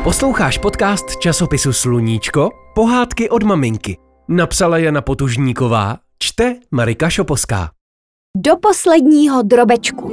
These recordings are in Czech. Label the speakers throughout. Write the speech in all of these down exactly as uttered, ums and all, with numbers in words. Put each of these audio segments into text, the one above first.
Speaker 1: Posloucháš podcast časopisu Sluníčko? Pohádky od maminky. Napsala Jana Potužníková, čte Marika Šoposká.
Speaker 2: Do posledního drobečku.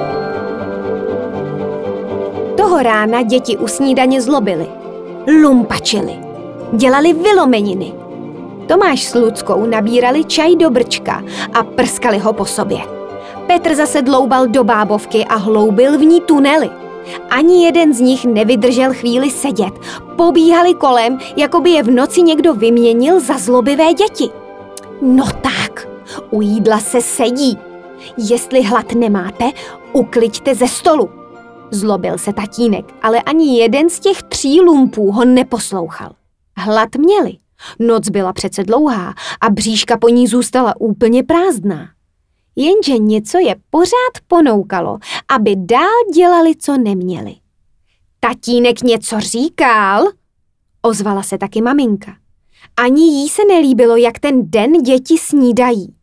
Speaker 2: Toho rána děti u snídaně zlobily, lumpačily, dělali vylomeniny. Tomáš s Luckou nabírali čaj do brčka a prskali ho po sobě. Petr zase dloubal do bábovky a hloubil v ní tunely. Ani jeden z nich nevydržel chvíli sedět. Pobíhali kolem, jako by je v noci někdo vyměnil za zlobivé děti. No tak, u jídla se sedí. Jestli hlad nemáte, ukliďte ze stolu. Zlobil se tatínek, ale ani jeden z těch tří lumpů ho neposlouchal. Hlad měli. Noc byla přece dlouhá a bříška po ní zůstala úplně prázdná. Jenže něco je pořád ponoukalo, aby dál dělali, co neměli. Tatínek něco říkal, ozvala se taky maminka. Ani jí se nelíbilo, jak ten den děti snídají.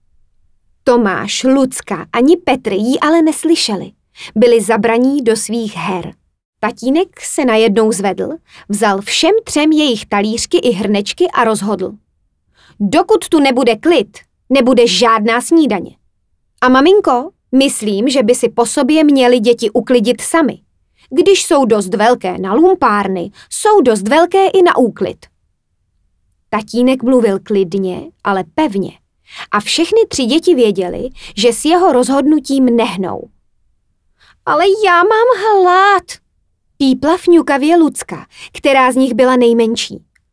Speaker 2: Tomáš, Lucka ani Petr jí ale neslyšeli. Byli zabraní do svých her. Tatínek se najednou zvedl, vzal všem třem jejich talířky i hrnečky a rozhodl. Dokud tu nebude klid, nebude žádná snídaně. A maminko, myslím, že by si po sobě měli děti uklidit sami. Když jsou dost velké na lumpárny, jsou dost velké i na úklid. Tatínek mluvil klidně, ale pevně. A všechny tři děti věděli, že s jeho rozhodnutím nehnou. Ale já mám hlad, pípla fňukavě Lucka, která z nich byla nejmenší.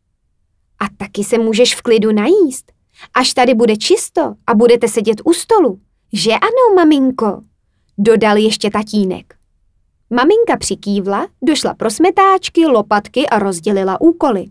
Speaker 2: A taky se můžeš v klidu najíst, až tady bude čisto a budete sedět u stolu. Že ano, maminko, dodal ještě tatínek. Maminka přikývla, došla pro smetáčky, lopatky a rozdělila úkoly.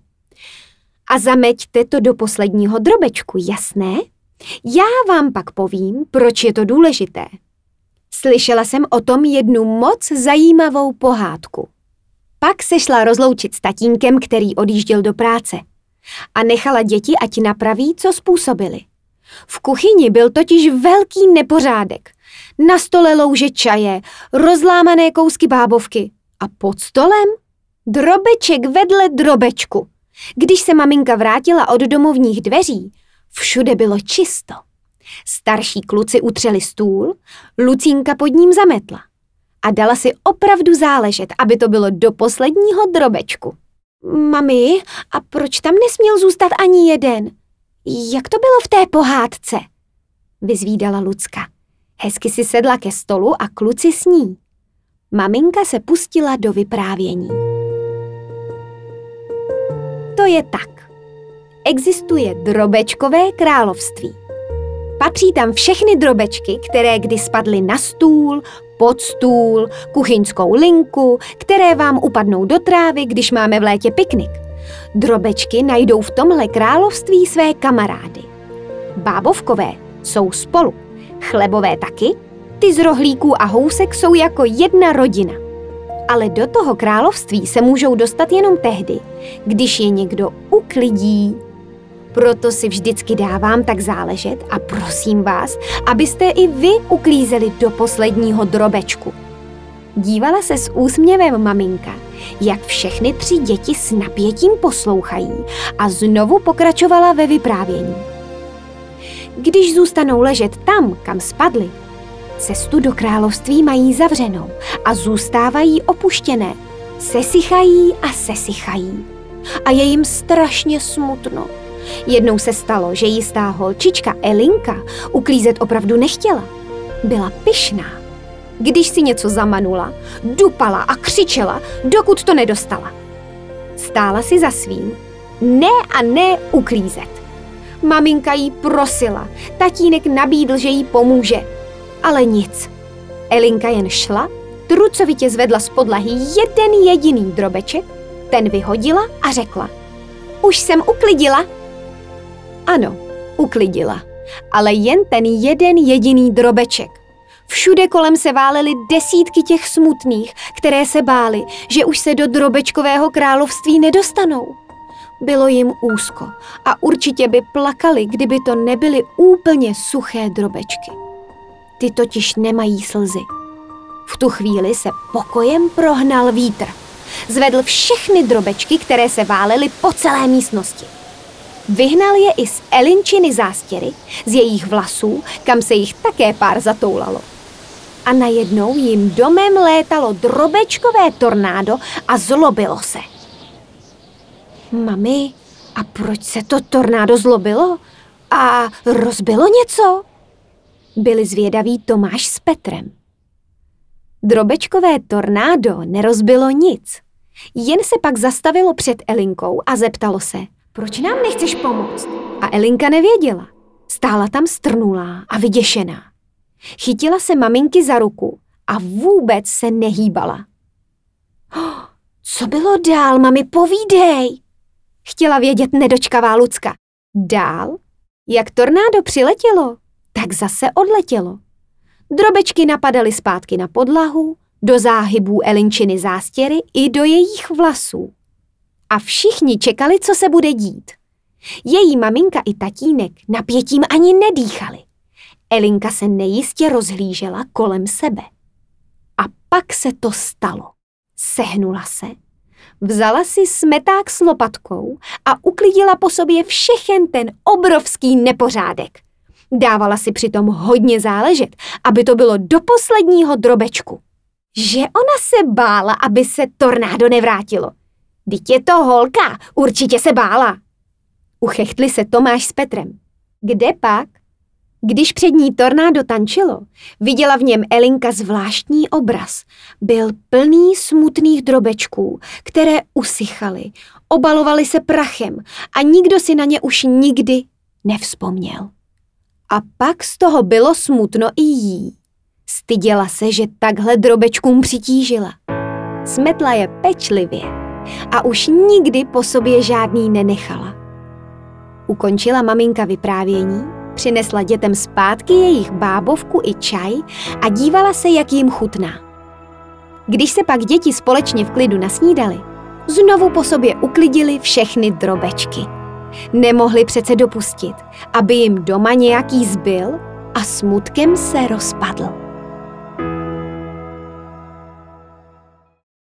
Speaker 2: A zameťte to do posledního drobečku, jasné? Já vám pak povím, proč je to důležité. Slyšela jsem o tom jednu moc zajímavou pohádku. Pak se šla rozloučit s tatínkem, který odjížděl do práce. A nechala děti, ať napraví, co způsobili. V kuchyni byl totiž velký nepořádek. Na stole louže čaje, rozlámané kousky bábovky a pod stolem drobeček vedle drobečku. Když se maminka vrátila od domovních dveří, všude bylo čisto. Starší kluci utřeli stůl, Lucínka pod ním zametla a dala si opravdu záležet, aby to bylo do posledního drobečku. Mami, a proč tam nesměl zůstat ani jeden? Jak to bylo v té pohádce? Vyzvídala Lucka. Hezky si sedla ke stolu a kluci s ní. Maminka se pustila do vyprávění. To je tak. Existuje drobečkové království. Patří tam všechny drobečky, které kdy spadly na stůl, pod stůl, kuchyňskou linku, které vám upadnou do trávy, když máme v létě piknik. Drobečky najdou v tomhle království své kamarády. Bábovkové jsou spolu, chlebové taky, ty z rohlíků a housek jsou jako jedna rodina. Ale do toho království se můžou dostat jenom tehdy, když je někdo uklidí. Proto si vždycky dávám tak záležet a prosím vás, abyste i vy uklízeli do posledního drobečku. Dívala se s úsměvem maminka, jak všechny tři děti s napětím poslouchají a znovu pokračovala ve vyprávění. Když zůstanou ležet tam, kam spadly, cestu do království mají zavřenou a zůstávají opuštěné. Sesychají a sesychají. A je jim strašně smutno. Jednou se stalo, že jistá holčička Elinka uklízet opravdu nechtěla. Byla pyšná. Když si něco zamanula, dupala a křičela, dokud to nedostala. Stála si za svým, ne a ne uklízet. Maminka jí prosila, tatínek nabídl, že jí pomůže. Ale nic. Elinka jen šla, trucovitě zvedla z podlahy jeden jediný drobeček, ten vyhodila a řekla: Už jsem uklidila. Ano, uklidila, ale jen ten jeden jediný drobeček. Všude kolem se válely desítky těch smutných, které se bály, že už se do drobečkového království nedostanou. Bylo jim úzko a určitě by plakali, kdyby to nebyly úplně suché drobečky. Ty totiž nemají slzy. V tu chvíli se pokojem prohnal vítr zvedl všechny drobečky, které se válely po celé místnosti. Vyhnal je i z Elinčiny zástěry, z jejich vlasů, kam se jich také pár zatoulalo. A najednou jim domem létalo drobečkové tornádo a zlobilo se. Mami, a proč se to tornádo zlobilo? A rozbilo něco? Byli zvědaví Tomáš s Petrem. Drobečkové tornádo nerozbilo nic. Jen se pak zastavilo před Elinkou a zeptalo se, proč nám nechceš pomoct? A Elinka nevěděla. Stála tam strnulá a vyděšená. Chytila se maminky za ruku a vůbec se nehýbala. Oh, co bylo dál, mami, povídej! Chtěla vědět nedočkavá Lucka. Dál? Jak tornádo přiletělo, tak zase odletělo. Drobečky napadaly zpátky na podlahu, do záhybů Elinčiny zástěry i do jejich vlasů. A všichni čekali, co se bude dít. Její maminka i tatínek napětím ani nedýchali. Elinka se nejistě rozhlížela kolem sebe. A pak se to stalo. Sehnula se, vzala si smeták s lopatkou a uklidila po sobě všechen ten obrovský nepořádek. Dávala si přitom hodně záležet, aby to bylo do posledního drobečku. Že ona se bála, aby se tornádo nevrátilo. Vždyť je to holka, určitě se bála. Uchechtli se Tomáš s Petrem. Kde pak? Když před ní tornádo tančilo, viděla v něm Elinka zvláštní obraz. Byl plný smutných drobečků, které usychaly, obalovaly se prachem a nikdo si na ně už nikdy nevzpomněl. A pak z toho bylo smutno i jí. Styděla se, že takhle drobečkům přitížila. Smetla je pečlivě a už nikdy po sobě žádný nenechala. Ukončila maminka vyprávění, přinesla dětem zpátky jejich bábovku i čaj a dívala se, jak jim chutná. Když se pak děti společně v klidu nasnídali, znovu po sobě uklidili všechny drobečky. Nemohli přece dopustit, aby jim doma nějaký zbyl a smutkem se rozpadl.